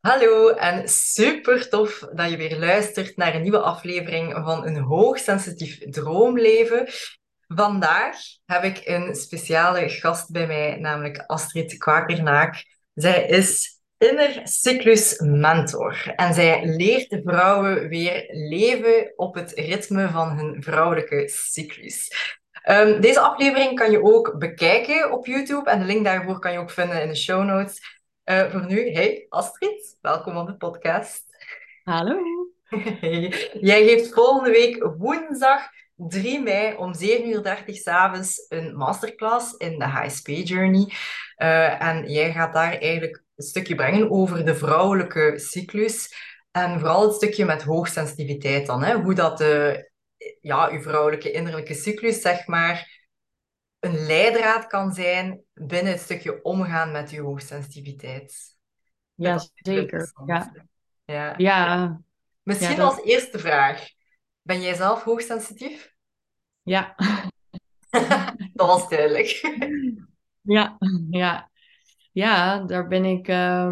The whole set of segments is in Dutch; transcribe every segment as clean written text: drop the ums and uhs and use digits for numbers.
Hallo en super tof dat je weer luistert naar een nieuwe aflevering van een hoogsensitief droomleven. Vandaag heb ik een speciale gast bij mij, namelijk Astrid Kwakernaak. Zij is innercyclus mentor en zij leert de vrouwen weer leven op het ritme van hun vrouwelijke cyclus. Deze aflevering kan je ook bekijken op YouTube en de link daarvoor kan je ook vinden in de show notes. Voor nu, hey Astrid, welkom op de podcast. Hallo. Hey. Jij geeft volgende week woensdag 3 mei om 7:30 s'avonds een masterclass in de HSP Journey. En jij gaat daar eigenlijk een stukje brengen over de vrouwelijke cyclus. En vooral het stukje met hoogsensitiviteit dan. Hè? Hoe dat ja, uw vrouwelijke innerlijke cyclus, zeg maar, een leidraad kan zijn binnen het stukje omgaan met uw hoogsensitiviteit. Ik vind Ja, dat super zeker. interessant. Ja, Ja. ja, ja, Misschien als eerste vraag. Ben jij zelf hoogsensitief? ja, Dat was duidelijk. ja, ja, ja, daar ben ik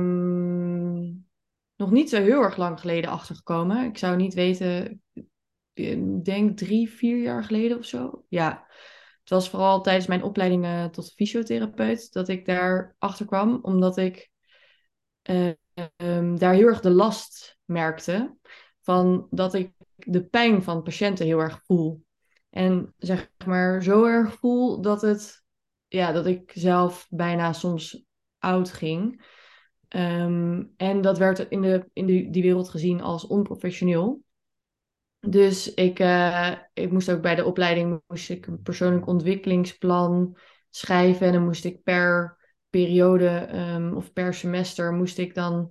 nog niet zo heel erg lang geleden achter gekomen. Ik zou niet weten, ik denk 3, 4 jaar geleden of zo. Ja, het was vooral tijdens mijn opleiding tot fysiotherapeut dat ik daar achter kwam, omdat ik eh, daar heel erg de last merkte van dat ik de pijn van patiënten heel erg voel. En zeg maar zo erg voel dat ja, dat ik zelf bijna soms oud ging. En dat werd die wereld gezien als onprofessioneel. Dus ik moest ook bij de opleiding moest ik een persoonlijk ontwikkelingsplan schrijven. En dan moest ik per periode of per semester moest ik dan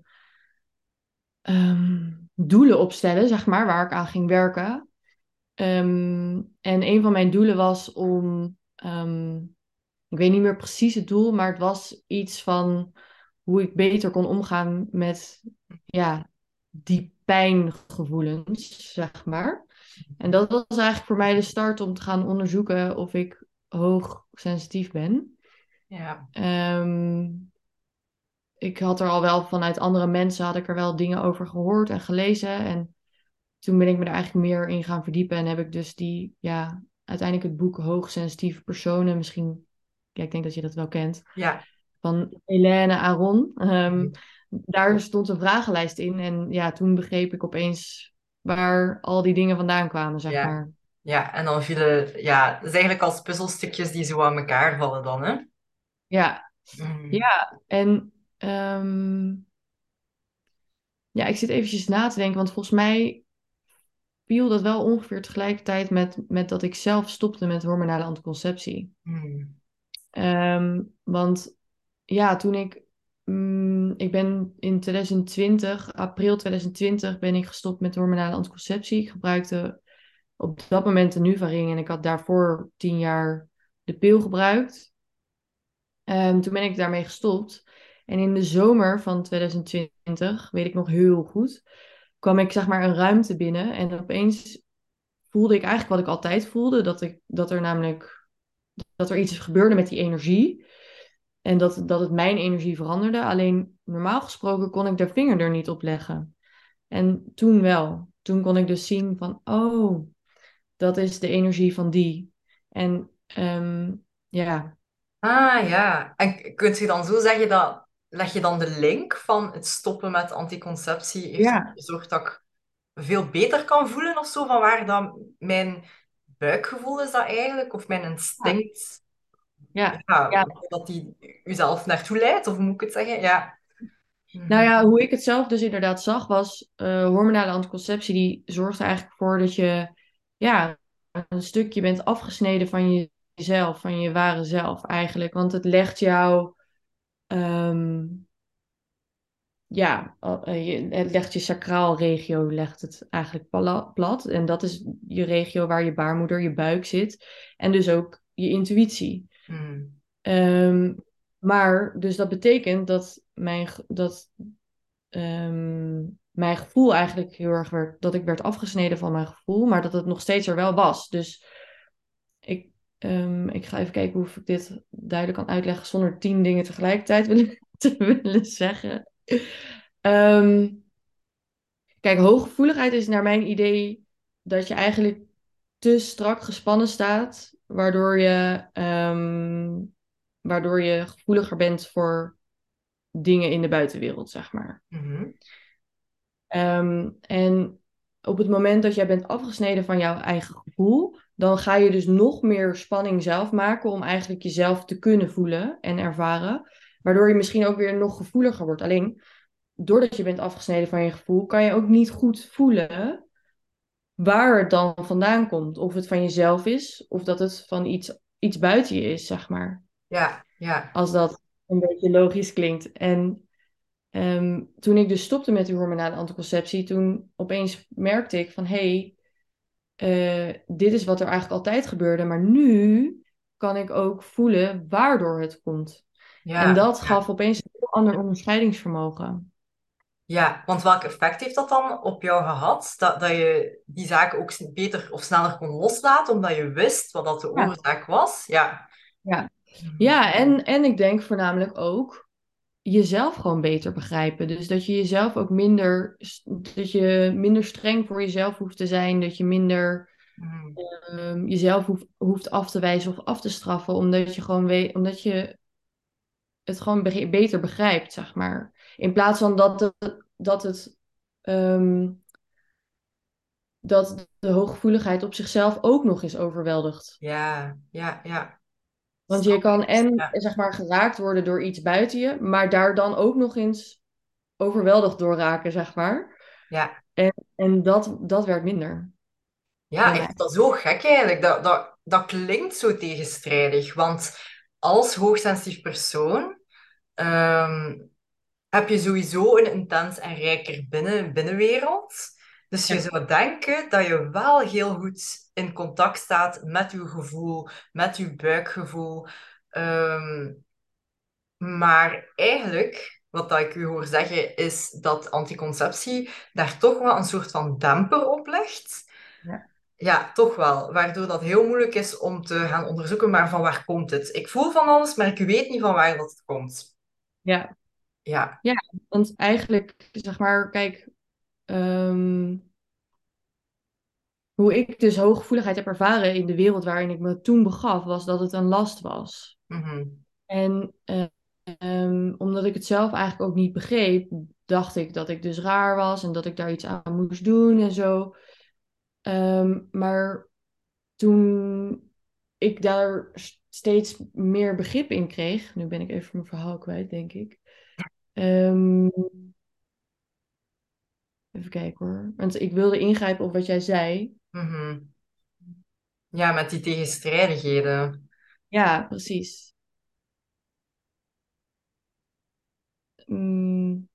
doelen opstellen, zeg maar, waar ik aan ging werken. En een van mijn doelen was om, ik weet niet meer precies het doel, maar het was iets van hoe ik beter kon omgaan met, ja, die pijngevoelens, zeg maar. En dat was eigenlijk voor mij de start om te gaan onderzoeken of ik hoogsensitief ben. Ja. Ehm, ik had er al wel vanuit andere mensen, had ik er wel dingen over gehoord en gelezen. En toen ben ik me er eigenlijk meer in gaan verdiepen en heb ik dus ja, uiteindelijk het boek Hoogsensitieve Personen, misschien, ja, ik denk dat je dat wel kent, Ja. van Helene Aron. Daar stond een vragenlijst in en ja, toen begreep ik opeens waar al die dingen vandaan kwamen, zeg Ja. maar. Ja. En dan vielen... Ja, het is eigenlijk als puzzelstukjes die zo aan elkaar vallen dan, hè? Ja, Mm. ja, en ja, ik zit eventjes na te denken, want volgens mij viel dat wel ongeveer tegelijkertijd met dat ik zelf stopte met hormonale anticonceptie. Mm. Want ja, ik ben in 2020, april 2020, ben ik gestopt met hormonale anticonceptie. Ik gebruikte op dat moment de Nuvaring en ik had daarvoor 10 jaar de pil gebruikt. Toen ben ik daarmee gestopt. En in de zomer van 2020, weet ik nog heel goed, kwam ik zeg maar een ruimte binnen en opeens voelde ik eigenlijk wat ik altijd voelde, dat er iets gebeurde met die energie. En dat het mijn energie veranderde. Alleen normaal gesproken kon ik de vinger er niet op leggen. En toen wel. Toen kon ik dus zien van, oh, dat is de energie van die. En ja, Ah, ja. En kunt je dan zo zeggen dat... Leg je dan de link van het stoppen met anticonceptie heeft ervoor ja, gezorgd dat ik veel beter kan voelen of zo, van waar dan mijn buikgevoel is dat eigenlijk, of mijn ja, instinct, ja, ja, ja. dat die uzelf naartoe leidt, of hoe moet ik het zeggen? Ja. Nou Mhm. ja, hoe ik het zelf dus inderdaad zag, was hormonale anticonceptie, die zorgt er eigenlijk voor dat je, ja, een stukje bent afgesneden van jezelf, van je ware zelf eigenlijk. Want het legt jou, ehm, het legt je sacraal regio, legt het eigenlijk plat. En dat is je regio waar je baarmoeder, je buik zit. En dus ook je intuïtie. Mhm. Ehm, maar, dus dat betekent dat mijn gevoel eigenlijk heel erg dat ik werd afgesneden van mijn gevoel, maar dat het nog steeds er wel was. Dus ik, ik ga even kijken hoe ik dit duidelijk kan uitleggen zonder 10 dingen tegelijkertijd te willen zeggen. Ehm, Kijk, hooggevoeligheid is naar mijn idee dat je eigenlijk te strak gespannen staat, waardoor je gevoeliger bent voor dingen in de buitenwereld, zeg maar. Mhm. En op het moment dat jij bent afgesneden van jouw eigen gevoel, dan ga je dus nog meer spanning zelf maken om eigenlijk jezelf te kunnen voelen en ervaren, waardoor je misschien ook weer nog gevoeliger wordt. Alleen doordat je bent afgesneden van je gevoel, kan je ook niet goed voelen waar het dan vandaan komt. Of het van jezelf is, of dat het van iets buiten je is, zeg maar. Ja, ja. Als dat een beetje logisch klinkt. En toen ik dus stopte met die hormonale anticonceptie, toen opeens merkte ik van, hé, dit is wat er eigenlijk altijd gebeurde, maar nu kan ik ook voelen waardoor het komt. En Ja, dat ja. gaf opeens een heel ander onderscheidingsvermogen. Ja, want welk effect heeft dat dan op jou gehad? Dat je die zaken ook beter of sneller kon loslaten, omdat je wist wat dat de Ja. oorzaak was? Ja. Ja, Mhm. ja en ik denk voornamelijk ook jezelf gewoon beter begrijpen. Dus dat je jezelf ook dat je minder streng voor jezelf hoeft te zijn, dat je minder Mhm. jezelf hoeft af te wijzen of af te straffen, omdat je gewoon omdat je het gewoon beter begrijpt, zeg maar. In plaats van ehm, dat de hooggevoeligheid op zichzelf ook nog eens overweldigt. Ja, ja, ja. Want je Snap kan ik. en Ja, zeg maar geraakt worden door iets buiten je, maar daar dan ook nog eens overweldigd door raken, zeg maar. ja. En dat werkt minder Ja, bij ik mij. vind dat zo gek eigenlijk. Dat klinkt zo tegenstrijdig. Want als hoogsensitief persoon ehm, heb je sowieso een intens en rijker binnenwereld. Dus je Ja, zou denken dat je wel heel goed in contact staat met je gevoel, met je buikgevoel. Ehm, maar eigenlijk, wat dat ik u hoor zeggen, is dat anticonceptie daar toch wel een soort van demper op legt. ja, Ja, toch wel. Waardoor dat heel moeilijk is om te gaan onderzoeken, maar van waar komt het? Ik voel van alles, maar ik weet niet van waar dat het komt. ja, Ja. ja. Want eigenlijk, zeg maar, kijk, ehm, hoe ik dus hooggevoeligheid heb ervaren in de wereld waarin ik me toen begaf, was dat het een last was. Mhm. En omdat ik het zelf eigenlijk ook niet begreep, dacht ik dat ik dus raar was en dat ik daar iets aan moest doen en zo. Maar toen ik daar steeds meer begrip in kreeg, nu ben ik even mijn verhaal kwijt, denk ik. Ehm, Even kijken hoor. Want ik wilde ingrijpen op wat jij zei. Mhm. Ja, met die tegenstrijdigheden. Ja, precies. Mm,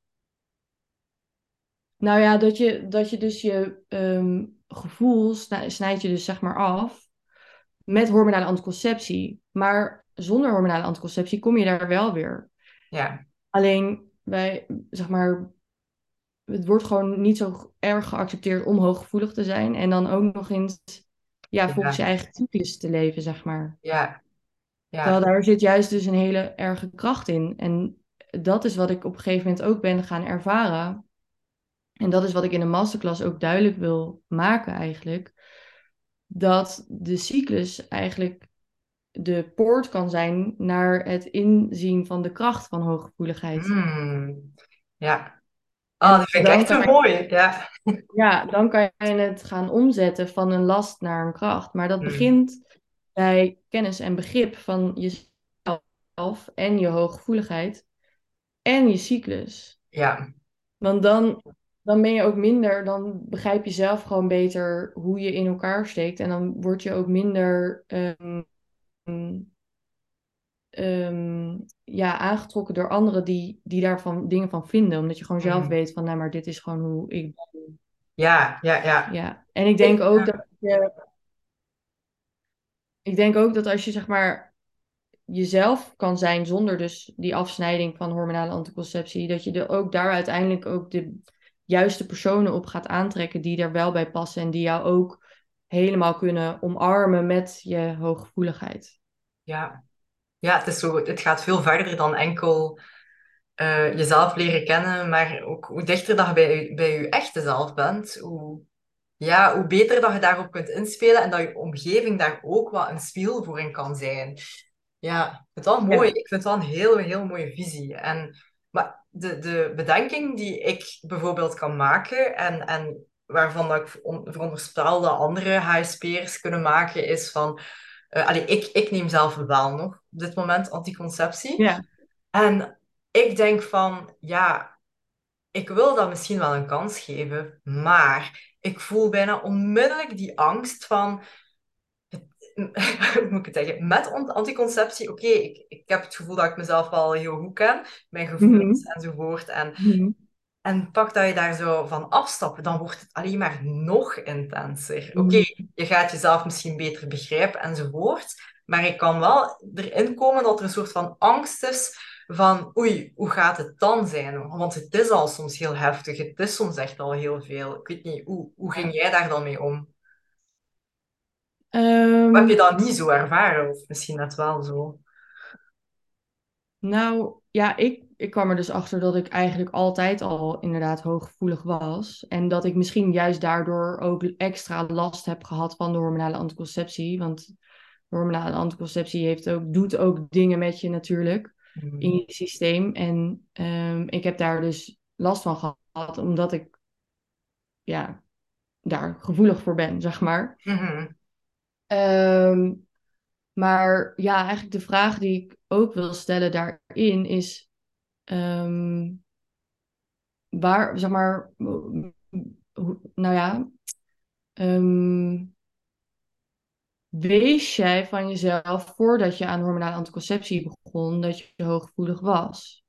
nou ja, dat je dus je gevoel snijd je dus zeg maar af met hormonale anticonceptie. Maar zonder hormonale anticonceptie kom je daar wel weer. Ja, Alleen wij, zeg maar, het wordt gewoon niet zo erg geaccepteerd om hooggevoelig te zijn. En dan ook nog eens, ja, volgens je ja, eigen cyclus te leven, zeg maar. ja, ja, Terwijl daar zit juist dus een hele erge kracht in. En dat is wat ik op een gegeven moment ook ben gaan ervaren. En dat is wat ik in de masterclass ook duidelijk wil maken eigenlijk. Dat de cyclus eigenlijk de poort kan zijn naar het inzien van de kracht van hooggevoeligheid. mm, ja. Ah, En dat vind ik dan echt zo kan mooi. Ja. dan kan je het gaan omzetten van een last naar een kracht. Maar dat Mm, begint bij kennis en begrip van jezelf en je hooggevoeligheid en je cyclus. ja, Want dan ben je ook minder, dan begrijp je zelf gewoon beter hoe je in elkaar steekt. En dan word je ook minder ja, aangetrokken door anderen die daarvan dingen van vinden. Omdat je gewoon zelf mm, weet van, nou, maar dit is gewoon hoe ik ben. ja, ja, ja. Ja, en ik denk ook dat ik denk ook dat als je zeg maar jezelf kan zijn zonder dus die afsnijding van hormonale anticonceptie, dat je er ook daar uiteindelijk ook de juiste personen op gaat aantrekken die er wel bij passen en die jou ook helemaal kunnen omarmen met je hooggevoeligheid. Ja, ja, het is zo, het gaat veel verder dan enkel jezelf leren kennen, maar ook hoe dichter dat je bij je echte zelf bent, ja, hoe beter dat je daarop kunt inspelen en dat je omgeving daar ook wat een spiegel voor in kan zijn. Ja, ik vind het wel mooi. Ja. Ik vind het wel een heel, heel mooie visie. Maar de bedenking die ik bijvoorbeeld kan maken en waarvan dat ik veronderstel dat andere HSP'ers kunnen maken, is van... ik neem zelf wel nog op dit moment anticonceptie. Ja. En ik denk van, ja, ik wil dat misschien wel een kans geven, maar ik voel bijna onmiddellijk die angst van, hoe moet ik het zeggen, met anticonceptie, oké, ik heb het gevoel dat ik mezelf wel heel goed ken, mijn gevoelens Mhm. enzovoort. Mhm. En pak dat je daar zo van afstapt, dan wordt het alleen maar nog intenser. Oké, Mhm. je gaat jezelf misschien beter begrijpen enzovoort, maar ik kan wel erin komen dat er een soort van angst is van oei, hoe gaat het dan zijn? Want het is al soms heel heftig, het is soms echt al heel veel. Ik weet niet, hoe ging jij daar dan mee om? Of heb je Ehm, dat niet zo ervaren? Of misschien net wel zo? nou, ja, ik kwam er dus achter dat ik eigenlijk altijd al inderdaad hooggevoelig was. En dat ik misschien juist daardoor ook extra last heb gehad van de hormonale anticonceptie. Want de hormonale anticonceptie doet ook dingen met je natuurlijk in Hmm. je systeem. En ik heb daar dus last van gehad, omdat ik ja, daar gevoelig voor ben, zeg maar. Mhm. Ehm, maar ja, eigenlijk de vraag die ik ook wil stellen daarin is, ehm, waar, zeg maar, nou ja, ehm, wees jij van jezelf voordat je aan hormonale anticonceptie begon, dat je hooggevoelig was?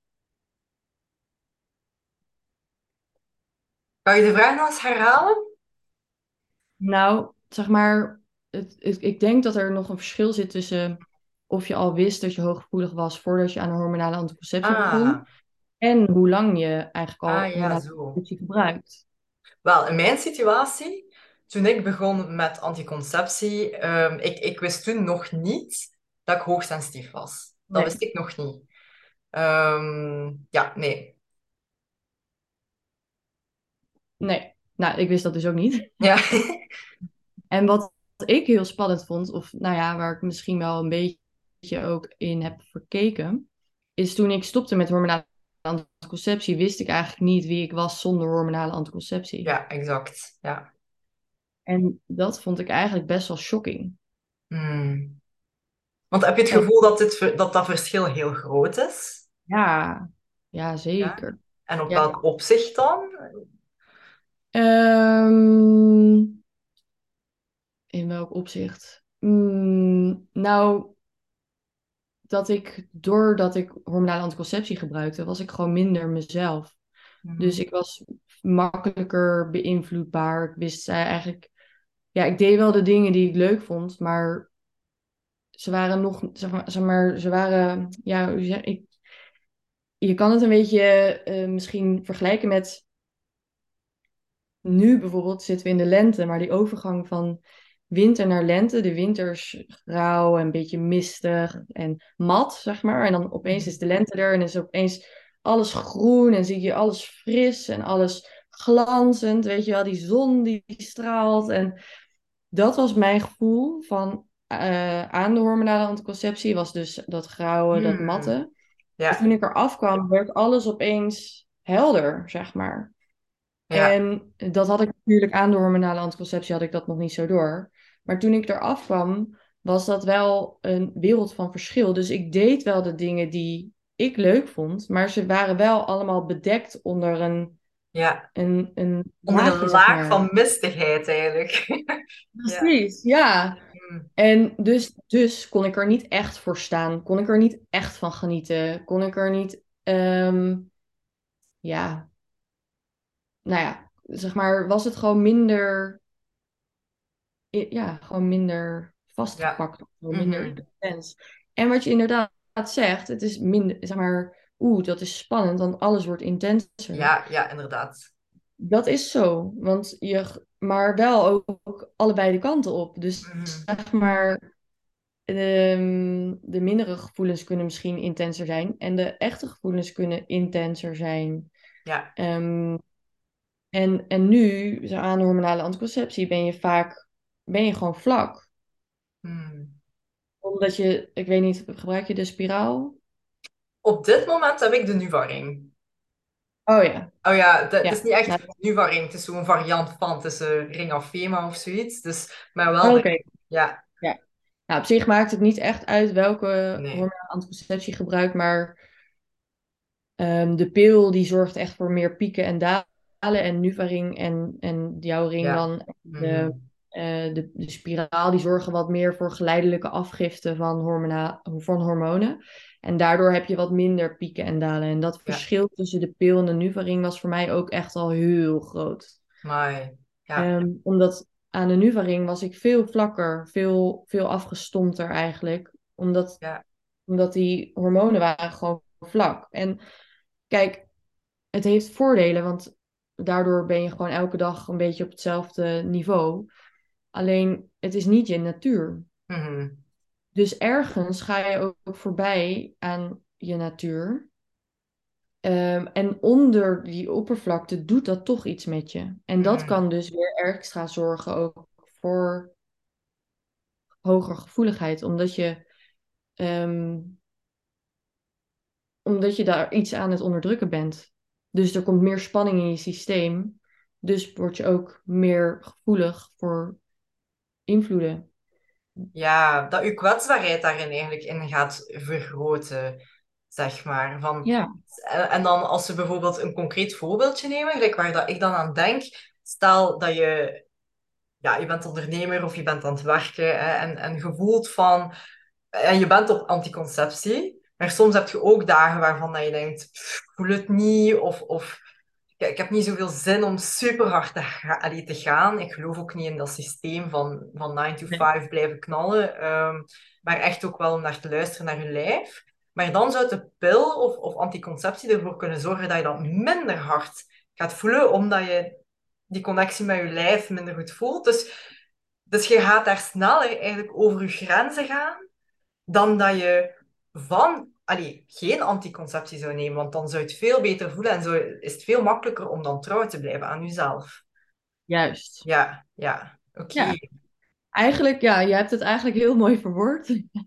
Kan je de vraag nog eens herhalen? Nou, zeg maar, ik denk dat er nog een verschil zit tussen of je al wist dat je hooggevoelig was voordat je aan de hormonale anticonceptie Ah, begon en hoe lang je eigenlijk al ja, hormonale zo. anticonceptie gebruikt. Wel, in mijn situatie, toen ik begon met anticonceptie, ik wist toen nog niet dat ik hoogsensitief was. Dat Nee. wist ik nog niet. Ja, nee. Nee, nou, ik wist dat dus ook niet. Ja. En wat ik heel spannend vond, of nou ja, waar ik misschien wel een beetje ook in heb verkeken, is toen ik stopte met hormonale anticonceptie, wist ik eigenlijk niet wie ik was zonder hormonale anticonceptie. Ja, exact. Ja. En dat vond ik eigenlijk best wel shocking. Hmm. Want heb je het En gevoel dat, dat verschil heel groot is? ja, ja, Ja. zeker. En op Ja. welk opzicht dan? Ehm, in welk opzicht? Nou, doordat ik hormonale anticonceptie gebruikte, was ik gewoon minder mezelf. Dus Hmm. ik was makkelijker beïnvloedbaar. Ik wist eigenlijk, ja, ik deed wel de dingen die ik leuk vond, maar ze waren nog, zeg maar, ze waren, ja, je kan het een beetje misschien vergelijken met nu bijvoorbeeld zitten we in de lente, maar die overgang van winter naar lente, de winter is grauw en een beetje mistig en mat, zeg maar. En dan opeens is de lente er en is opeens alles groen en zie je alles fris en alles glanzend, weet je wel, die zon die straalt. En dat was mijn gevoel van aan de hormonale anticonceptie, was dus dat grauwe, dat Hmm. matte. Dus toen Ja, ik eraf kwam, werd alles opeens helder, zeg maar. ja, En dat had ik natuurlijk aan de hormonale anticonceptie, had ik dat nog niet zo door. Maar toen ik eraf kwam, was dat wel een wereld van verschil. Dus ik deed wel de dingen die ik leuk vond, maar ze waren wel allemaal bedekt onder ja. een Onder een laagje, zeg laag maar. van mistigheid eigenlijk. Ja. Precies, ja. Hmm. En dus kon ik er niet echt voor staan. Kon ik er niet echt van genieten. Kon ik er niet, ja, nou ja, zeg maar, was het gewoon minder ja, gewoon minder Ja. vastgepakt, of zo, minder Mhm. intens. En wat je inderdaad zegt, het is minder, zeg maar, dat is spannend, want alles wordt intenser. Ja, ja, inderdaad. Dat is zo, want maar wel ook allebei de kanten op. Dus Mhm. zeg maar, De mindere gevoelens kunnen misschien intenser zijn. En de echte gevoelens kunnen intenser zijn. Ja. Ehm, en nu, zo aan de hormonale anticonceptie, ben je gewoon vlak. Hmm. Omdat je, ik weet niet, gebruik je de spiraal? Op dit moment heb ik de Nuvaring. Oh ja, Oh ja, het is ja. niet echt Nou, Nuvaring. Het is zo'n variant van. Het is Ring of Fema of zoiets. Dus, maar wel de oké, ring. Ja, ja. Nou, op zich maakt het niet echt uit welke nee. hormonale anticonceptie je gebruikt, maar de pil die zorgt echt voor meer pieken en dalen. En Nuvaring en jouw ring Ja. dan, Mhm. de spiraal, die zorgen wat meer voor geleidelijke afgifte van hormonen. En daardoor heb je wat minder pieken en dalen. En dat Ja. verschil tussen de pil en de Nuvaring was voor mij ook echt al heel groot. Maar ja. Omdat aan de Nuvaring was ik veel vlakker, veel afgestompter eigenlijk. Ja. Omdat die hormonen waren gewoon vlak. En kijk, het heeft voordelen, want daardoor ben je gewoon elke dag een beetje op hetzelfde niveau. Alleen, het is niet je natuur. Mhm. Dus ergens ga je ook voorbij aan je natuur. En onder die oppervlakte doet dat toch iets met je. En dat Mhm. kan dus weer extra zorgen ook voor hogere gevoeligheid, ehm, omdat je daar iets aan het onderdrukken bent. Dus er komt meer spanning in je systeem. Dus word je ook meer gevoelig voor invloeden. Ja, dat uw kwetsbaarheid daarin eigenlijk in gaat vergroten, zeg maar. Ja. En dan als we bijvoorbeeld een concreet voorbeeldje nemen, gelijk waar dat ik dan aan denk, stel dat je bent ondernemer of je bent aan het werken hè, en je voelt van, en je bent op anticonceptie, maar soms heb je ook dagen waarvan dat je denkt, "Pff, ik voel het niet, of ik heb niet zoveel zin om super hard te gaan. Ik geloof ook niet in dat systeem van 9 to Nee. 5 blijven knallen, maar echt ook wel om naar te luisteren naar je lijf. Maar dan zou de pil of anticonceptie ervoor kunnen zorgen dat je dat minder hard gaat voelen, omdat je die connectie met je lijf minder goed voelt. Dus je gaat daar sneller eigenlijk over je grenzen gaan dan dat je geen anticonceptie zou nemen, want dan zou je het veel beter voelen en is het veel makkelijker om dan trouw te blijven aan jezelf. Juist. Ja, ja, oké. Ja, eigenlijk, ja, je hebt het eigenlijk heel moei verwoord.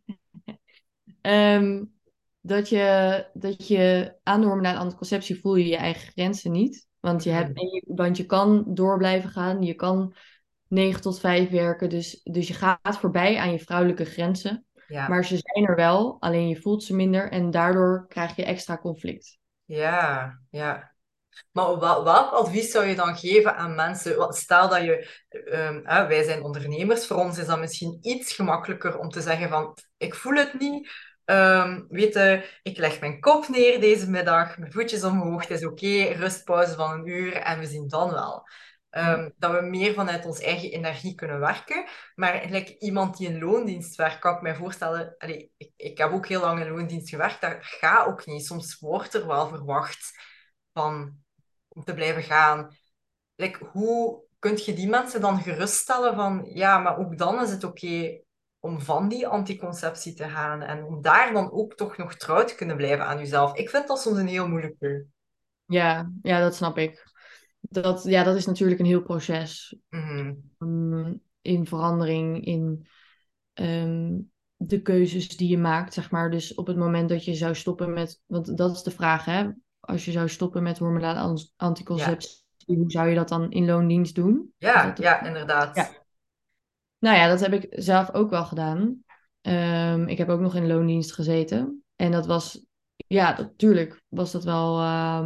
Ehm, dat je aan de hormonale anticonceptie voel je je eigen grenzen niet. Mhm. Want je kan door blijven gaan, je kan 9 tot 5 werken, dus je gaat voorbij aan je vrouwelijke grenzen. Ja, Maar ze zijn er wel, alleen je voelt ze minder en daardoor krijg je extra conflict. ja, ja. Maar welk advies zou je dan geven aan mensen? Want stel dat wij zijn ondernemers, voor ons is dat misschien iets gemakkelijker om te zeggen van, ik voel het niet. Weet je, ik leg mijn kop neer deze middag, mijn voetjes omhoog, het is oké, rustpauze van 1 uur en we zien dan wel. Ja. Dat we meer vanuit onze eigen energie kunnen werken. Maar iemand die in loondienst werkt, kan ik mij voorstellen, allee, ik heb ook heel lang in loondienst gewerkt, dat gaat ook niet. Soms wordt er wel verwacht van om te blijven gaan. Hoe kun je die mensen dan geruststellen van, ja, maar ook dan is het oké om van die anticonceptie te gaan en om daar dan ook toch nog trouw te kunnen blijven aan jezelf. Ik vind dat soms een heel moeilijke. Ja, dat snap ik. Ja, dat is natuurlijk een heel proces. Mhm. In verandering, in ehm, de keuzes die je maakt, zeg maar. Dus op het moment dat je zou stoppen met, want dat is de vraag, hè? Als je zou stoppen met hormonale Ja, anticonceptie, hoe zou je dat dan in loondienst doen? Is ja, dat de... ja, inderdaad. Ja. Nou ja, dat heb ik zelf ook wel gedaan. Ik heb ook nog in loondienst gezeten. En dat was, ja, natuurlijk was dat wel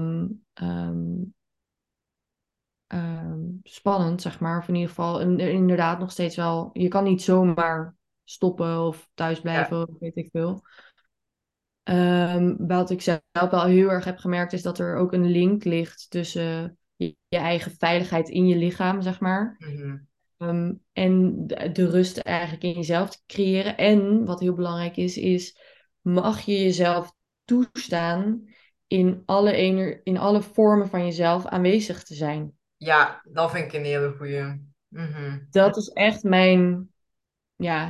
spannend, zeg maar. Of in ieder geval, inderdaad nog steeds wel. Je kan niet zomaar stoppen of thuis Ja, blijven, of weet ik veel. Wat ik zelf wel heel erg heb gemerkt, is dat er ook een link ligt tussen je eigen veiligheid in je lichaam, zeg maar. mhm. En de rust eigenlijk in jezelf te creëren. En wat heel belangrijk is mag je jezelf toestaan in alle vormen van jezelf aanwezig te zijn. Ja, dat vind ik een hele goeie. Mhm. Dat is echt mijn, ja.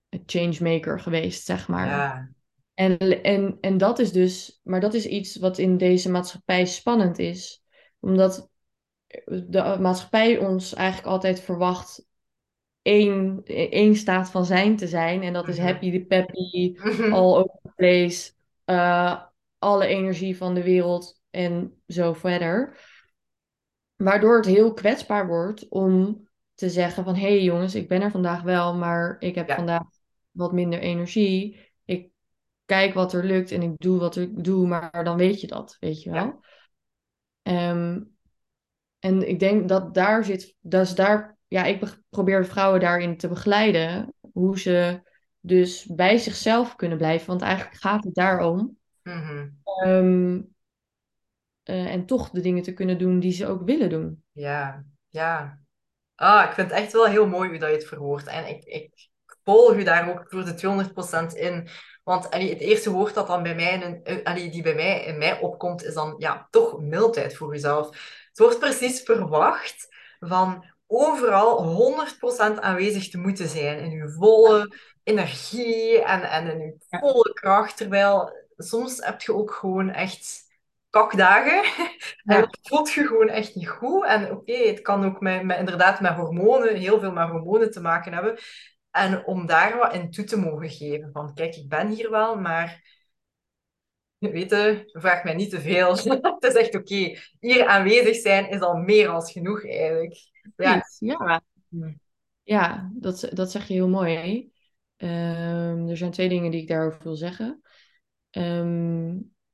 changemaker geweest, zeg maar. Ja. En dat is dus, maar dat is iets wat in deze maatschappij spannend is. Omdat de maatschappij ons eigenlijk altijd verwacht één staat van zijn te zijn. En dat is Mhm. happy, peppy, Mhm. all over the place, alle energie van de wereld en zo verder. Waardoor het heel kwetsbaar wordt om te zeggen van... hé hey jongens, ik ben er vandaag wel, maar ik heb Ja, vandaag wat minder energie. Ik kijk wat er lukt en ik doe wat ik doe, maar dan weet je dat, weet je ja. wel. Ehm, en ik denk dat daar zit, dus daar, ja, probeer vrouwen daarin te begeleiden, hoe ze dus bij zichzelf kunnen blijven, want Ja. eigenlijk gaat het daarom. Mhm. Ehm, en toch de dingen te kunnen doen die ze ook willen doen. Ja, ja. Ah, ik vind het echt wel heel mooi hoe dat je het verwoordt. En ik volg u daar ook voor de 200% in. Want allee, het eerste woord dat dan bij mij, allee, die bij mij in mij opkomt, is dan ja, toch mildheid voor uzelf. Het wordt precies verwacht van overal 100% aanwezig te moeten zijn. In uw volle energie en in uw Ja, volle kracht. Terwijl soms heb je ook gewoon echt kakdagen. En ja, dat voelt je gewoon echt niet goed. En oké, het kan ook inderdaad met hormonen, heel veel met hormonen te maken hebben. En om daar wat in toe te mogen geven. Van kijk, ik ben hier wel, maar weet je, vraag mij niet te veel. Het is echt oké. Hier aanwezig zijn is al meer als genoeg eigenlijk. Ja. precies. Ja, Hm. ja, dat zeg je heel mooi. Er zijn twee dingen die ik daarover wil zeggen. Ehm,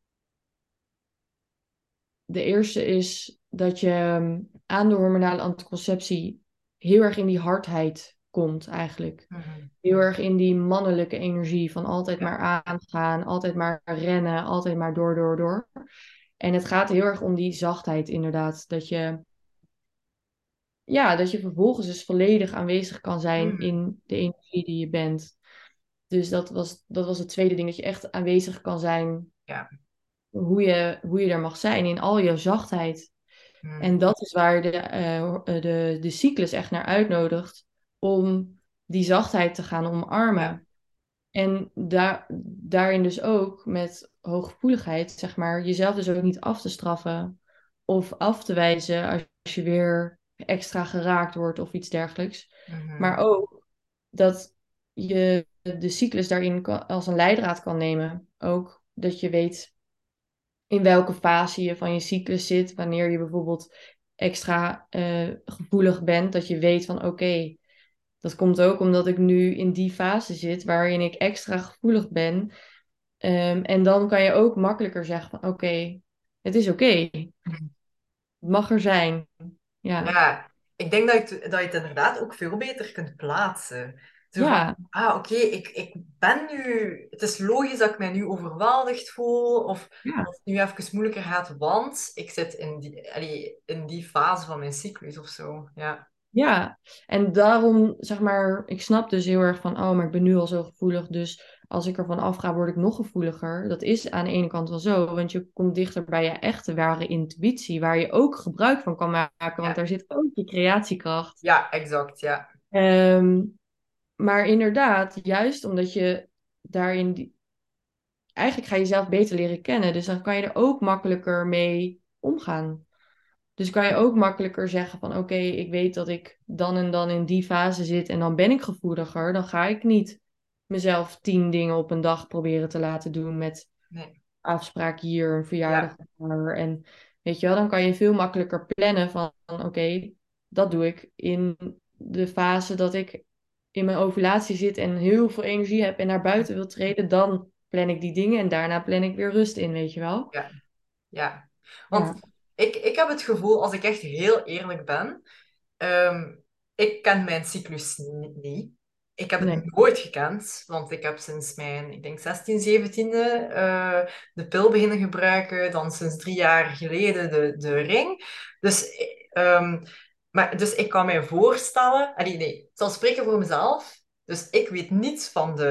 De eerste is dat je aan de hormonale anticonceptie heel erg in die hardheid komt eigenlijk. Mhm. Heel erg in die mannelijke energie van altijd Ja. maar aangaan, altijd maar rennen, altijd maar door, door, door. En het gaat heel erg om die zachtheid inderdaad. Dat je vervolgens dus volledig aanwezig kan zijn Mhm. in de energie die je bent. Dus dat was het tweede ding, dat je echt aanwezig kan zijn Ja. hoe je er mag zijn in al je zachtheid. Mhm. En dat is waar de cyclus echt naar uitnodigt om die zachtheid te gaan Ja. omarmen. En daarin dus ook met hooggevoeligheid, zeg maar, jezelf dus ook niet af te straffen of af te wijzen als je weer extra geraakt wordt of iets dergelijks. Maar Mhm. ook dat je de cyclus daarin als een leidraad kan nemen. Ook dat je weet in welke fase je van je cyclus zit. Wanneer je bijvoorbeeld extra gevoelig bent, dat je weet van oké, dat komt ook omdat ik nu in die fase zit waarin ik extra gevoelig ben. En dan kan je ook makkelijker zeggen van oké, het is oké, het mag er zijn. Ja, Ja, ik denk dat je het inderdaad ook veel beter kunt plaatsen. Zo van, ja, oké, ik ben nu... Het is logisch dat ik mij nu overweldigd voel, of ja. dat het nu even moeilijker gaat, want ik zit in die fase van mijn cyclus of zo. Ja, Ja, en daarom zeg maar, ik snap dus heel erg van, oh, maar ik ben nu al zo gevoelig, dus als ik ervan afga, word ik nog gevoeliger. Dat is aan de ene kant wel zo, want je komt dichter bij je echte ware intuïtie, waar je ook gebruik van kan maken, want ja, daar zit ook je creatiekracht. ja, exact, ja. Ehm, maar inderdaad, juist omdat je daarin, eigenlijk ga je jezelf beter leren kennen, dus dan kan je er ook makkelijker mee omgaan. Dus kan je ook makkelijker zeggen van oké, ik weet dat ik dan en dan in die fase zit en dan ben ik gevoeliger. Dan ga ik niet mezelf 10 dingen op een dag proberen te laten doen met Nee, afspraak hier, een verjaardag ja, daar. En weet je wel, dan kan je veel makkelijker plannen van oké, dat doe ik in de fase dat ik in mijn ovulatie zit en heel veel energie heb en naar buiten wil treden. Dan plan ik die dingen en daarna plan ik weer rust in, weet je wel. ja, ja. Want Ja, ik heb het gevoel, als ik echt heel eerlijk ben, Ehm, ik ken mijn cyclus niet. Ik heb nee, het nooit gekend, want ik heb sinds mijn, ik denk 16, 17e de pil beginnen gebruiken, dan sinds 3 jaar geleden de ring. Dus, dus ik kan mij voorstellen, nee, ik zal spreken voor mezelf. Dus ik weet niets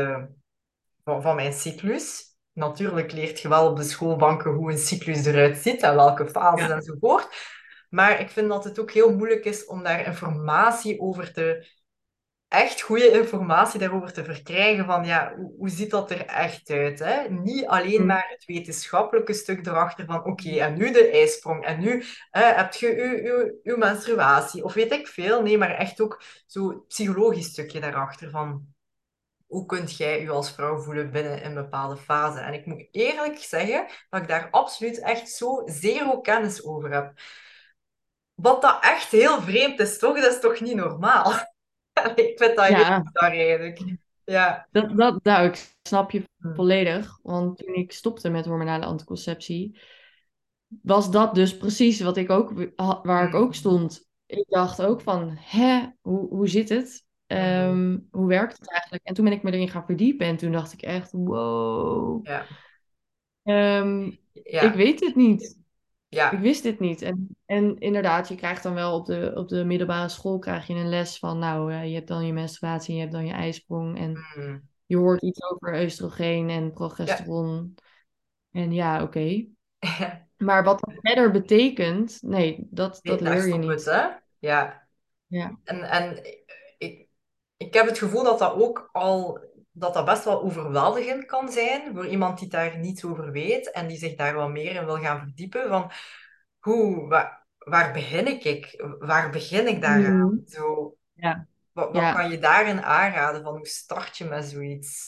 van mijn cyclus. Natuurlijk leert je wel op de schoolbanken hoe een cyclus eruit ziet en welke fases ja, enzovoort. Maar ik vind dat het ook heel moeilijk is om daar informatie over te echt goede informatie daarover te verkrijgen van ja, hoe ziet dat er echt uit? Hè? Niet alleen Mm. maar het wetenschappelijke stuk erachter van oké, en nu de ijsprong en nu heb je uw menstruatie of weet ik veel. Nee, maar echt ook zo'n psychologisch stukje daarachter van hoe kunt jij je als vrouw voelen binnen een bepaalde fase. En ik moet eerlijk zeggen dat ik daar absoluut echt zo zero kennis over heb. Wat dat echt heel vreemd is, toch? Dat is toch niet normaal? Ik vind dat heel Ja, bizar eigenlijk. Ja. nou, ik snap je Hm. volledig. Want toen ik stopte met hormonale anticonceptie, was dat dus precies wat ik ook, waar ik ook Mhm. stond. Ik dacht ook van, hè, hoe zit het? Mhm. Hoe werkt het eigenlijk? En toen ben ik me erin gaan verdiepen en toen dacht ik echt, wow, Ja. ehm, ik Ja. weet het niet. Ik Ja. wist dit niet. En inderdaad, je krijgt dan wel op de middelbare school krijg je een les van, nou, je hebt dan je menstruatie en je hebt dan je ijsprong. En Mhm. je hoort iets over oestrogeen en Ja. progesteron. En ja, oké. Maar wat dat verder betekent, nee, dat Nee, daar leer je stopt het, niet. hè? Ja. Ja. En ik, ik heb het gevoel dat dat ook al, dat dat best wel overweldigend kan zijn voor iemand die daar niets over weet en die zich daar wel meer in wil gaan verdiepen. Van waar begin ik? Waar begin ik daaraan? Mhm. Zo, Ja. wat Ja. kan je daarin aanraden? Van hoe start je met zoiets?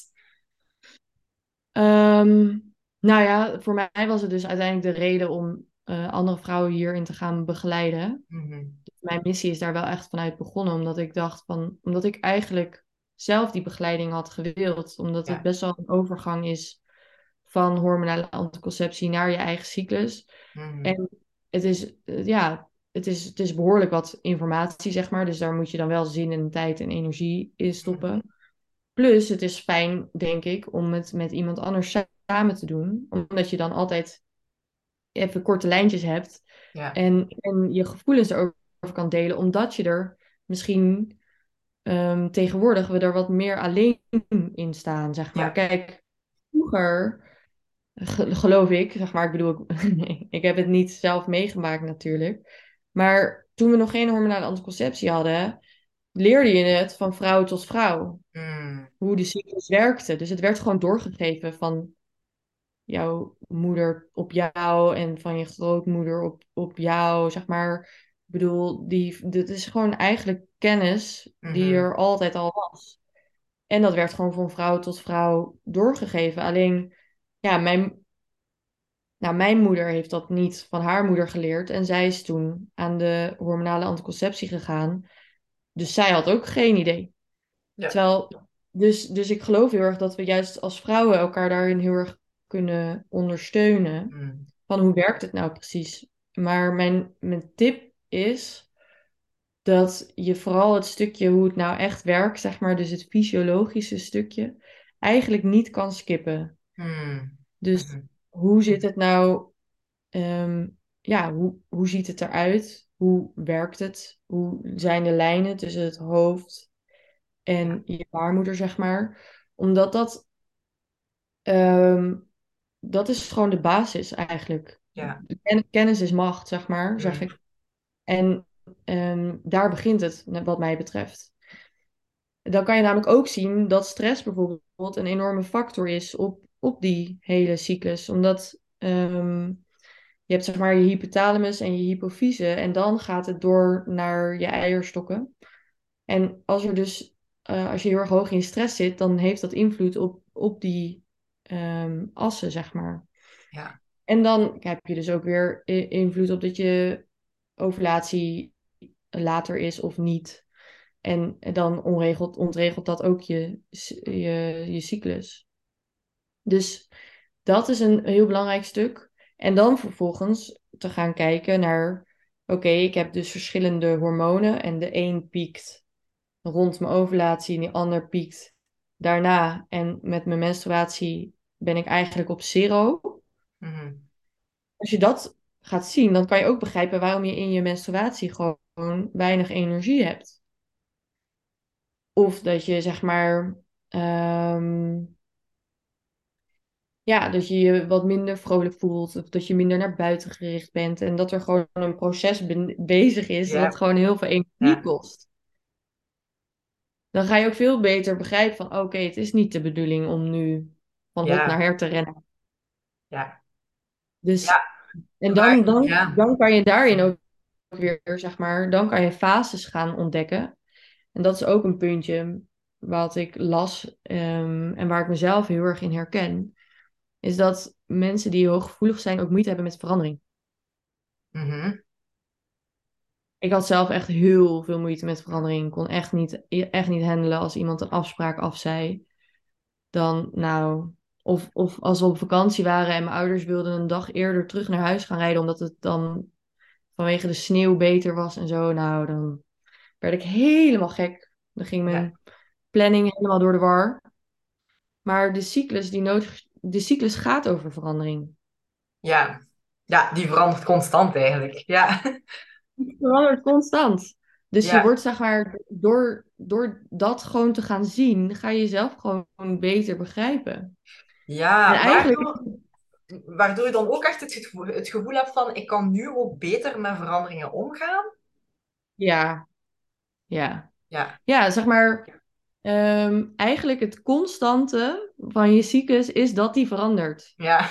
Ehm, nou ja, voor mij was het dus uiteindelijk de reden om andere vrouwen hierin te gaan begeleiden. Mhm. Mijn missie is daar wel echt vanuit begonnen, omdat ik dacht van, omdat ik eigenlijk zelf die begeleiding had gewild, omdat het Ja. best wel een overgang is van hormonale anticonceptie naar je eigen cyclus. Mhm. En het is, ja, het is behoorlijk wat informatie, zeg maar, dus daar moet je dan wel zin en tijd en energie in Mhm. stoppen. Plus, het is fijn, denk ik, om het met iemand anders samen te doen, omdat je dan altijd even korte lijntjes hebt Ja. en je gevoelens erover kan delen, omdat je er misschien tegenwoordig we er wat meer alleen in staan, zeg maar. Ja. Kijk, vroeger, geloof ik, zeg maar, ik bedoel, ik heb het niet zelf meegemaakt natuurlijk, maar toen we nog geen hormonale anticonceptie hadden, leerde je het van vrouw tot vrouw, Mhm. hoe de cyclus werkte. Dus het werd gewoon doorgegeven van jouw moeder op jou en van je grootmoeder op jou, zeg maar. Ik bedoel, dit is gewoon eigenlijk kennis die Mhm. er altijd al was. En dat werd gewoon van vrouw tot vrouw doorgegeven. Alleen, ja, mijn moeder heeft dat niet van haar moeder geleerd. En zij is toen aan de hormonale anticonceptie gegaan. Dus zij had ook geen idee. Ja. Terwijl, dus ik geloof heel erg dat we juist als vrouwen elkaar daarin heel erg kunnen ondersteunen. Mhm. Van hoe werkt het nou precies? Maar mijn tip is dat je vooral het stukje hoe het nou echt werkt, zeg maar, dus het fysiologische stukje, eigenlijk niet kan skippen. Mhm. Dus Mhm. hoe zit het nou? ehm, ja, hoe ziet het eruit? Hoe werkt het? Hoe zijn de lijnen tussen het hoofd Ja. en je baarmoeder, zeg maar? Omdat ehm, dat is gewoon de basis eigenlijk. Ja. Kennis is macht, zeg maar, zeg Mhm. ik. En daar begint het, wat mij betreft. Dan kan je namelijk ook zien dat stress bijvoorbeeld een enorme factor is op die hele cyclus. Omdat je hebt zeg maar je hypothalamus en je hypofyse en dan gaat het door naar je eierstokken. En als je heel erg hoog in stress zit, dan heeft dat invloed op die assen, zeg maar. Ja. En dan heb je dus ook weer invloed op dat je ovulatie later is of niet. En dan ontregelt dat ook je cyclus. Dus dat is een heel belangrijk stuk. En dan vervolgens te gaan kijken naar, oké, ik heb dus verschillende hormonen en de een piekt rond mijn ovulatie en die ander piekt daarna. En met mijn menstruatie ben ik eigenlijk op zero. Mhm. Als je dat gaat zien, dan kan je ook begrijpen waarom je in je menstruatie gewoon weinig energie hebt. Of dat je zeg maar, ehm, ja, dat je je wat minder vrolijk voelt. Of dat je minder naar buiten gericht bent. En dat er gewoon een proces bezig is wat Ja. gewoon heel veel energie Ja. kost. dan ga je ook veel beter begrijpen van oké, het is niet de bedoeling om nu van hot naar Ja, her te rennen. ja, Dus, ja, en maar ja. dan kan je daarin ook weer, zeg maar, dan kan je fases gaan ontdekken. En dat is ook een puntje wat ik las en waar ik mezelf heel erg in herken, is dat mensen die hooggevoelig zijn ook moeite hebben met verandering. Mhm. Ik had zelf echt heel veel moeite met verandering. Ik kon echt niet handelen als iemand een afspraak afzei. Dan, nou, of als we op vakantie waren en mijn ouders wilden een dag eerder terug naar huis gaan rijden, omdat het dan vanwege de sneeuw beter was en zo. Nou, dan werd ik helemaal gek. Dan ging Ja, mijn planning helemaal door de war. Maar de cyclus gaat over verandering. ja, ja, die verandert constant eigenlijk. Ja, Het verandert constant. Dus je ja, wordt, zeg maar, door dat gewoon te gaan zien, ga je jezelf gewoon beter begrijpen. En ja, eigenlijk, waardoor je dan ook echt het gevoel hebt van, ik kan nu ook beter met veranderingen omgaan. ja, ja. Ja, Ja, zeg maar, eigenlijk het constante van je cyclus is dat die verandert. ja.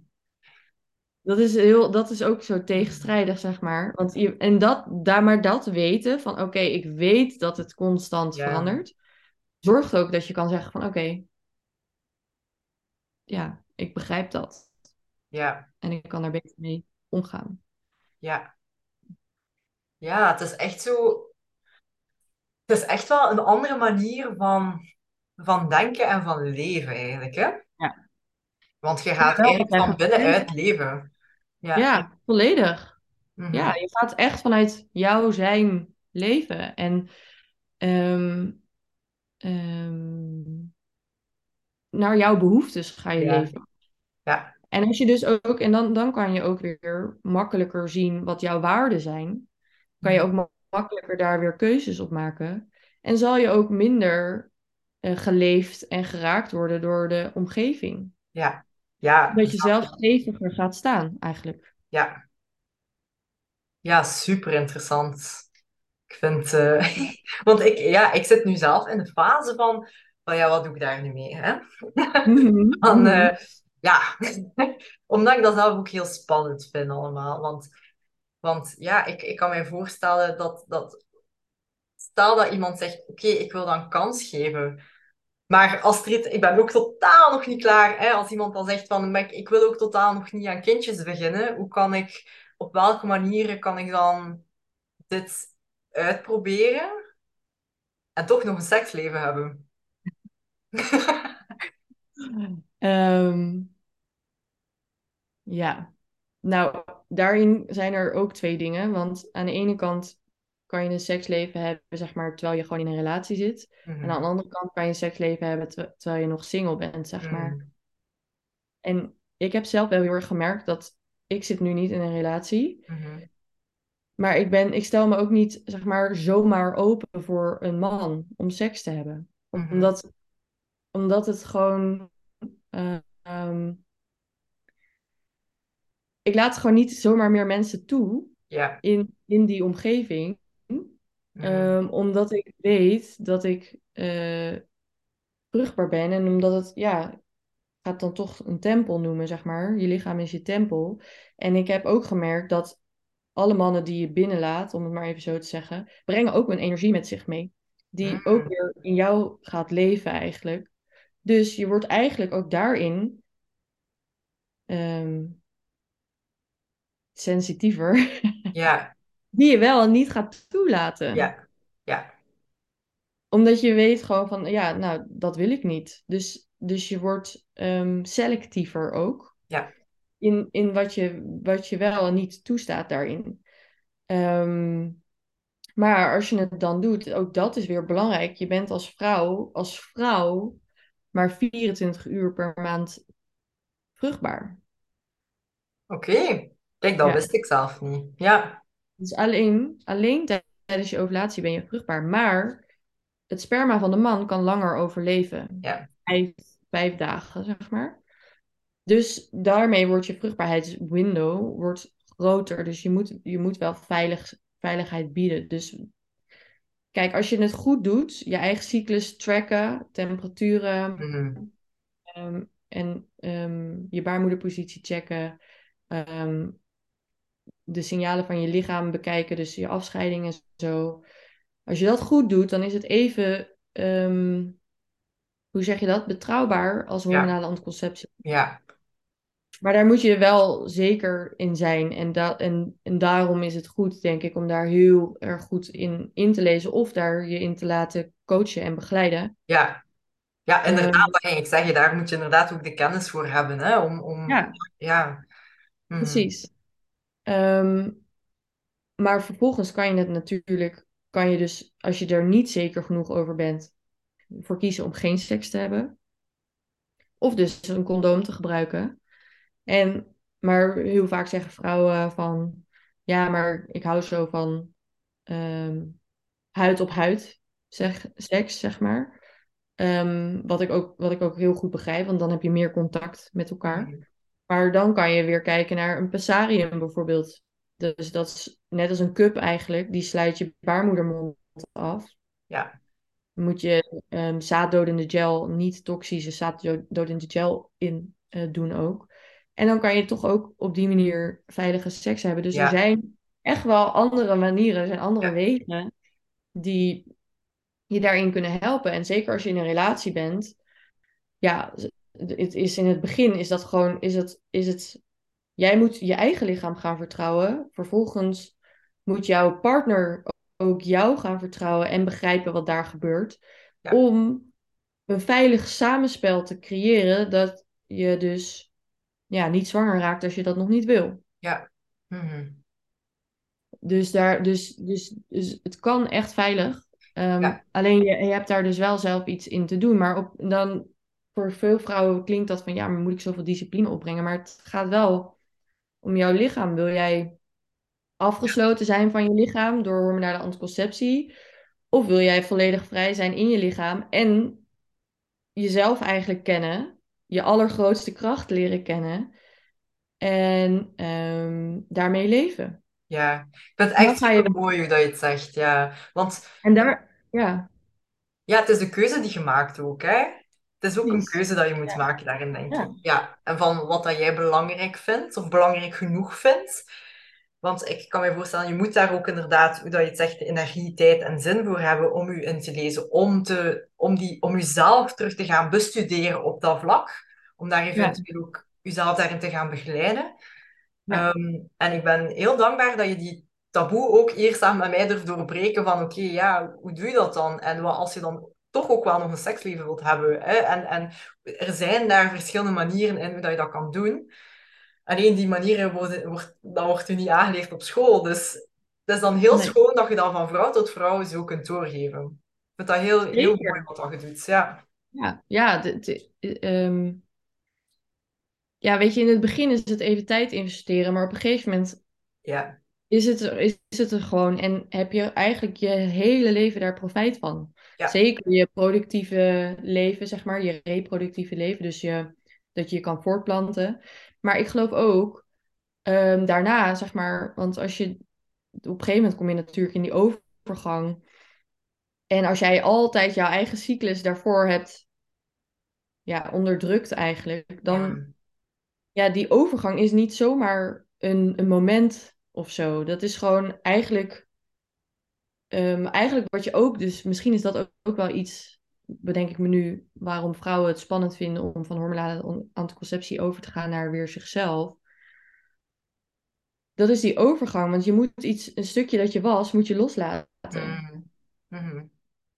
Dat is ook zo tegenstrijdig, zeg maar. Maar dat weten van, oké, ik weet dat het constant Ja, verandert, zorgt ook dat je kan zeggen van, oké, ja, ik begrijp dat. ja, En ik kan daar beter mee omgaan. ja. Ja, het is echt zo. Het is echt wel een andere manier van denken en van leven eigenlijk, hè? Ja. Want je Maar gaat wel eigenlijk vanuit van het leven. binnenuit leven. Ja. Ja, volledig. Ja, Mhm. je gaat echt vanuit jouw zijn leven. En ehm, ehm, naar jouw behoeftes ga je Ja, leven. ja. En als je dus ook, en dan kan je ook weer makkelijker zien wat jouw waarden zijn. Kan je Mhm. ook makkelijker daar weer keuzes op maken. En zal je ook minder geleefd en geraakt worden door de omgeving. Ja, ja, Dat je zelf steviger gaat staan, eigenlijk. ja. Ja, super interessant. Ik vind, want ik zit nu zelf in de fase van ja, wat doe ik daar nu mee, hè? Mhm, Van, mhm. ja, omdat ik dat zelf ook heel spannend vind allemaal. Want ja, ik kan mij voorstellen stel dat iemand zegt, oké, ik wil dan kans geven. Maar Astrid, ik ben ook totaal nog niet klaar. Hè? Als iemand dan zegt van, maar ik wil ook totaal nog niet aan kindjes beginnen. Op welke manieren kan ik dan dit uitproberen en toch nog een seksleven hebben? Ehm, ja, nou, daarin zijn er ook twee dingen. Want aan de ene kant kan je een seksleven hebben, zeg maar, terwijl je gewoon in een relatie zit. En aan de Mhm, andere kant kan je een seksleven hebben terwijl je nog single bent, zeg maar. mhm, En ik heb zelf wel heel erg gemerkt dat ik zit nu niet in een relatie. mhm, Maar ik stel me ook niet, zeg maar, zomaar open voor een man om seks te hebben. mhm. Omdat het gewoon. eh, ehm, ik laat gewoon niet zomaar meer mensen toe Ja. in die omgeving. Mhm, Omdat ik weet dat ik vruchtbaar ben. En omdat het, ja, ik ga het dan toch een tempel noemen, zeg maar. Je lichaam is je tempel. En ik heb ook gemerkt dat alle mannen die je binnenlaat, om het maar even zo te zeggen, brengen ook een energie met zich mee. Die ook mhm. weer in jou gaat leven eigenlijk. Dus je wordt eigenlijk ook daarin ehm, sensitiever. Ja, Die je wel en niet gaat toelaten. ja, ja, Omdat je weet gewoon van, ja, nou, dat wil ik niet. Dus je wordt selectiever ook ja. in wat je wel en niet toestaat daarin. Ehm, maar als je het dan doet, ook dat is weer belangrijk. Je bent als vrouw maar 24 uur per maand vruchtbaar. Oké. Kijk, dat Ja. wist ik zelf niet. Ja, Dus alleen tijdens je ovulatie ben je vruchtbaar. Maar het sperma van de man kan langer overleven. ja. Vijf, 5 dagen, zeg maar. Dus daarmee wordt je vruchtbaarheidswindow wordt groter. Dus je moet wel veiligheid bieden. Dus ik kijk, als je het goed doet, je eigen cyclus tracken, temperaturen Mhm. en je baarmoederpositie checken, ehm, de signalen van je lichaam bekijken, dus je afscheiding en zo. Als je dat goed doet, dan is het even, hoe zeg je dat, betrouwbaar als Ja, hormonale anticonceptie. ja, Maar daar moet je wel zeker in zijn. En daarom is het goed, denk ik, om daar heel erg goed in te lezen of daar je in te laten coachen en begeleiden. ja. Ja, inderdaad, Ehm, wat je zeg je, daar moet je inderdaad ook de kennis voor hebben, hè, ja, ja. Mhm. precies. Ehm, maar vervolgens kan je het natuurlijk, kan je dus, als je er niet zeker genoeg over bent, voor kiezen om geen seks te hebben. Of dus een condoom te gebruiken. Maar heel vaak zeggen vrouwen van, ja, maar ik hou zo van ehm, huid op huid seks, zeg maar. Wat ik ook heel goed begrijp, want dan heb je meer contact met elkaar. Mhm. Maar dan kan je weer kijken naar een pessarium bijvoorbeeld. Dus dat is net als een cup eigenlijk, die sluit je baarmoedermond af. Ja, Moet je zaaddodende gel, niet toxische zaaddodende gel in doen ook. En dan kan je toch ook op die manier veilige seks hebben. Dus er ja, zijn echt wel andere manieren, er zijn andere ja, wegen die je daarin kunnen helpen. En zeker als je in een relatie bent, ja, het is in het begin is dat gewoon, jij moet je eigen lichaam gaan vertrouwen. Vervolgens moet jouw partner ook jou gaan vertrouwen en begrijpen wat daar gebeurt. ja, Om een veilig samenspel te creëren dat je dus ja, niet zwanger raakt als je dat nog niet wil. ja. Mhm. Dus het kan echt veilig. Ja, Alleen je hebt daar dus wel zelf iets in te doen. Maar dan voor veel vrouwen klinkt dat van ja, maar moet ik zoveel discipline opbrengen? Maar het gaat wel om jouw lichaam. Wil jij afgesloten zijn van je lichaam door hormonale anticonceptie? Of wil jij volledig vrij zijn in je lichaam en jezelf eigenlijk kennen, je allergrootste kracht leren kennen en daarmee leven? ja. Ik vind het En dan echt ga je super wel. mooi hoe dat je het zegt, ja. Want En daar, ja, ja, het is de keuze die je maakt ook, hè. Het is ook een precies. keuze dat je moet Ja. maken daarin, denk ik. Ja. Ja, en van wat dat jij belangrijk vindt, of belangrijk genoeg vindt. Want ik kan me voorstellen, je moet daar ook inderdaad, hoe dat je het zegt, de energie, tijd en zin voor hebben om je in te lezen, om jezelf terug te gaan bestuderen op dat vlak, om daar Ja. eventueel ook jezelf daarin te gaan begeleiden. Ja. En ik ben heel dankbaar dat je die taboe ook eerst aan met mij durft doorbreken van oké, ja, hoe doe je dat dan? En wat als je dan toch ook wel nog een seksleven wilt hebben? Hè? En er zijn daar verschillende manieren in hoe dat je dat kan doen. Alleen die manieren dat wordt u niet aangeleerd op school. Dus het is dan heel Nee, schoon dat je dat van vrouw tot vrouw zo kunt doorgeven. Ik vind dat heel, heel mooi zeker. wat dat je doet. Ja, Ja, ja, ja, weet je, in het begin is het even tijd investeren, maar op een gegeven moment ja, is het er gewoon en heb je eigenlijk je hele leven daar profijt van. ja. Zeker je productieve leven, zeg maar, je reproductieve leven, dus dat je je kan voortplanten. Maar ik geloof ook daarna, zeg maar, want op een gegeven moment kom je natuurlijk in die overgang. En als jij altijd jouw eigen cyclus daarvoor hebt, ja, onderdrukt eigenlijk, dan, Ja, ja, die overgang is niet zomaar een moment of zo. Dat is gewoon eigenlijk wat je ook, dus misschien is dat ook wel iets, bedenk ik me nu, waarom vrouwen het spannend vinden om van hormonale anticonceptie over te gaan naar weer zichzelf. Dat is die overgang, want je moet een stukje dat je was, moet je loslaten, mm, mhm.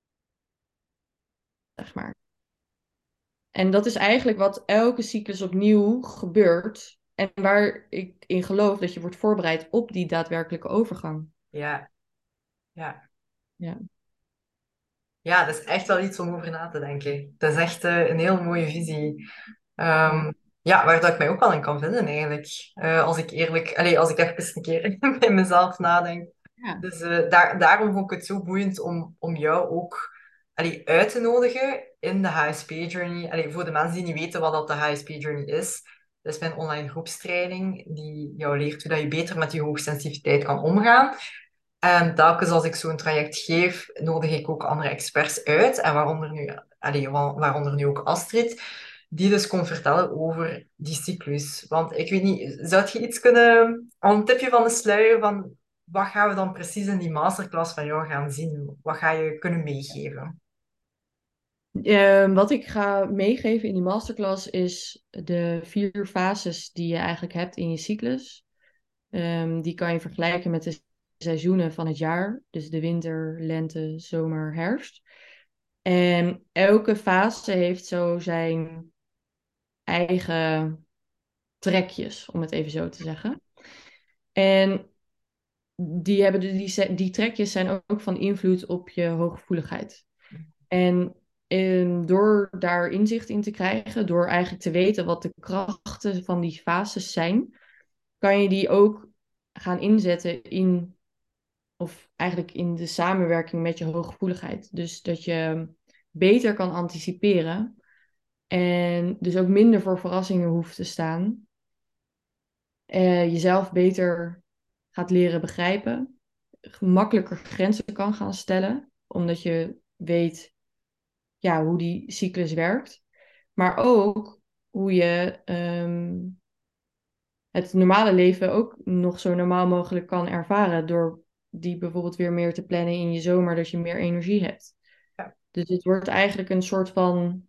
zeg maar. En dat is eigenlijk wat elke cyclus opnieuw gebeurt. En waar ik in geloof dat je wordt voorbereid op die daadwerkelijke overgang. Ja, ja. Ja, Ja, dat is echt wel iets om over na te denken. Dat is echt een heel mooie visie. ja, Ehm, ja, waar dat ik mij ook wel in kan vinden eigenlijk. Als ik eerlijk, allee, als ik even een keer bij mezelf nadenk. ja, Dus daarom vond ik het zo boeiend om jou ook uit te nodigen in de HSP-journey. Voor de mensen die niet weten wat dat de HSP-journey is. Dat is mijn online groepstraining die jou leert hoe dat je beter met je hoogsensitiviteit kan omgaan. En telkens als ik zo'n traject geef, nodig ik ook andere experts uit. En waaronder nu ook Astrid, die dus kon vertellen over die cyclus. Want ik weet niet, zou je iets kunnen, al een tipje van de sluier van wat gaan we dan precies in die masterclass van jou gaan zien? Wat ga je kunnen meegeven? Wat ik ga meegeven in die masterclass is de 4 fases die je eigenlijk hebt in je cyclus. Die kan je vergelijken met de seizoenen van het jaar. Dus de winter, lente, zomer, herfst. En elke fase heeft zo zijn eigen trekjes, om het even zo te zeggen. En die trekjes zijn ook van invloed op je hooggevoeligheid. En door daar inzicht in te krijgen, door eigenlijk te weten wat de krachten van die fases zijn, kan je die ook gaan inzetten of eigenlijk in de samenwerking met je hooggevoeligheid. Dus dat je beter kan anticiperen en dus ook minder voor verrassingen hoeft te staan. Jezelf beter gaat leren begrijpen, makkelijker grenzen kan gaan stellen, omdat je weet ja, hoe die cyclus werkt. Maar ook hoe je het normale leven ook nog zo normaal mogelijk kan ervaren. Door die bijvoorbeeld weer meer te plannen in je zomer, dat je meer energie hebt. Ja. Dus het wordt eigenlijk een soort van,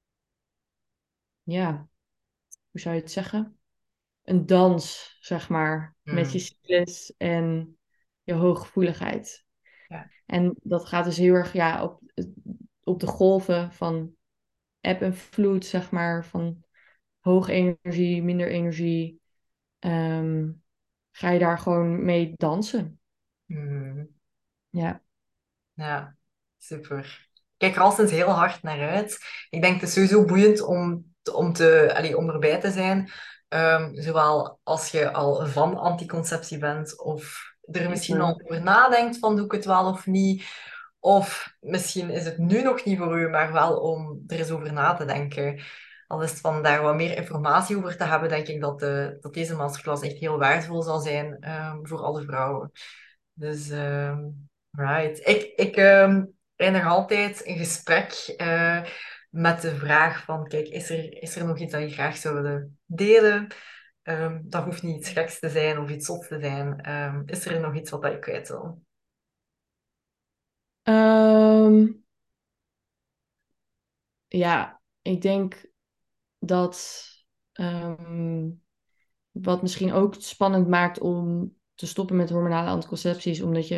ja, hoe zou je het zeggen? Een dans, zeg maar, met je Hmm. cyclus en je hooggevoeligheid. Ja. En dat gaat dus heel erg ja, op de golven van eb en vloed, zeg maar, van hoge energie, minder energie. Ehm, Ga je daar gewoon mee dansen. Hmm. Ja. Ja, super. Ik kijk er al sinds heel hard naar uit. Ik denk het is sowieso boeiend om erbij te zijn. Zowel als je al van anticonceptie bent of er misschien al Super. over nadenkt van doe ik het wel of niet. Of misschien is het nu nog niet voor u, maar wel om er eens over na te denken. Al is het van daar wat meer informatie over te hebben, denk ik dat deze masterclass echt heel waardevol zal zijn voor alle vrouwen. Dus right. Ik eindig altijd een gesprek met de vraag van, kijk, is er nog iets dat je graag zou willen delen? Dat hoeft niet iets geks te zijn of iets zot te zijn. Is er nog iets wat je kwijt wil? Ehm, ja, ik denk dat ehm, wat misschien ook spannend maakt om te stoppen met hormonale anticonceptie is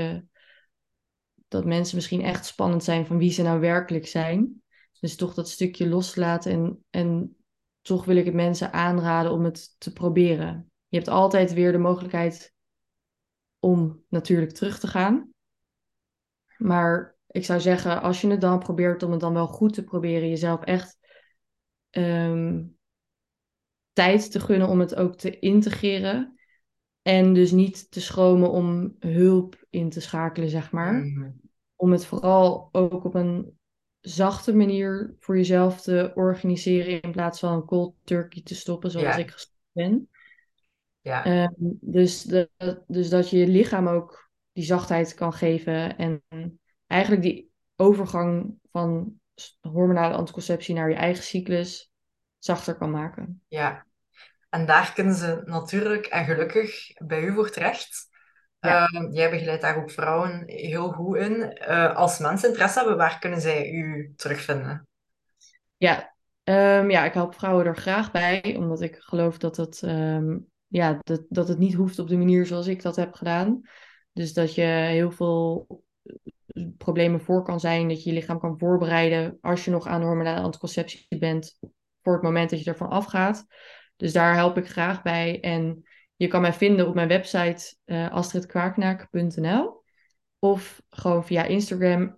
dat mensen misschien echt spannend zijn van wie ze nou werkelijk zijn. Dus toch dat stukje loslaten en toch wil ik het mensen aanraden om het te proberen. Je hebt altijd weer de mogelijkheid om natuurlijk terug te gaan. Maar ik zou zeggen, als je het dan probeert om het dan wel goed te proberen, jezelf echt ehm, tijd te gunnen om het ook te integreren. En dus niet te schromen om hulp in te schakelen, zeg maar. Mhm. Om het vooral ook op een zachte manier voor jezelf te organiseren in plaats van een cold turkey te stoppen zoals Ja, ik gestopt ben. ja, Dus dat je je lichaam ook die zachtheid kan geven en eigenlijk die overgang van hormonale anticonceptie naar je eigen cyclus zachter kan maken. ja. En daar kunnen ze natuurlijk en gelukkig bij u voor terecht. Ja, Jij begeleidt daar ook vrouwen heel goed in. Als mensen interesse hebben, waar kunnen zij u terugvinden? ja, ik help vrouwen er graag bij, omdat ik geloof dat het niet hoeft op de manier zoals ik dat heb gedaan. Dus dat je heel veel problemen voor kan zijn, dat je je lichaam kan voorbereiden als je nog aan hormonale anticonceptie bent, voor het moment dat je ervan afgaat. Dus daar help ik graag bij. En je kan mij vinden op mijn website astridkwaaknaak.nl of gewoon via Instagram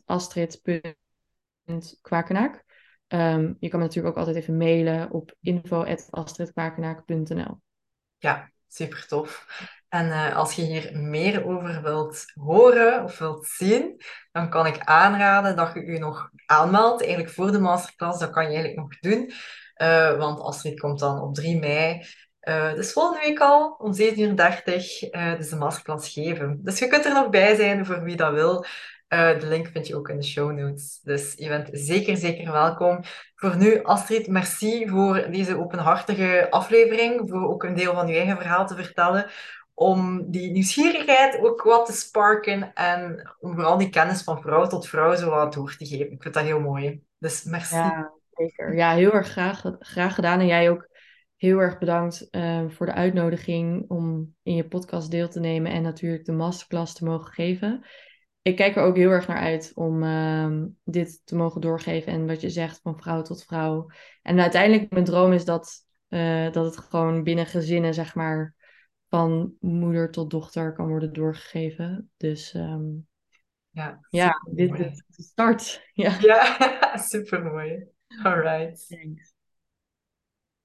astrid.kwakenaak. Je kan me natuurlijk ook altijd even mailen op info@astridkwakenaak.nl. Ja, super tof. En als je hier meer over wilt horen of wilt zien, dan kan ik aanraden dat je u nog aanmeldt, eigenlijk voor de masterclass. Dat kan je eigenlijk nog doen, want Astrid komt dan op 3 mei Dus volgende week al om 7:30 dus de masterclass geven. Dus je kunt er nog bij zijn voor wie dat wil. De link vind je ook in de show notes. Dus je bent zeker, zeker welkom. Voor nu, Astrid, merci voor deze openhartige aflevering. Voor ook een deel van je eigen verhaal te vertellen. Om die nieuwsgierigheid ook wat te sparken. En om vooral die kennis van vrouw tot vrouw zo wat door te geven. Ik vind dat heel mooi. Dus merci. Ja, zeker. Ja, heel erg graag gedaan. En jij ook heel erg bedankt voor de uitnodiging om in je podcast deel te nemen en natuurlijk de masterclass te mogen geven. Ik kijk er ook heel erg naar uit om dit te mogen doorgeven en wat je zegt van vrouw tot vrouw. En uiteindelijk mijn droom is dat het gewoon binnen gezinnen, zeg maar, van moeder tot dochter kan worden doorgegeven. Dus Ja, ja, super dit mooi. is de start. Ja, Ja, super mooi. All right. thanks.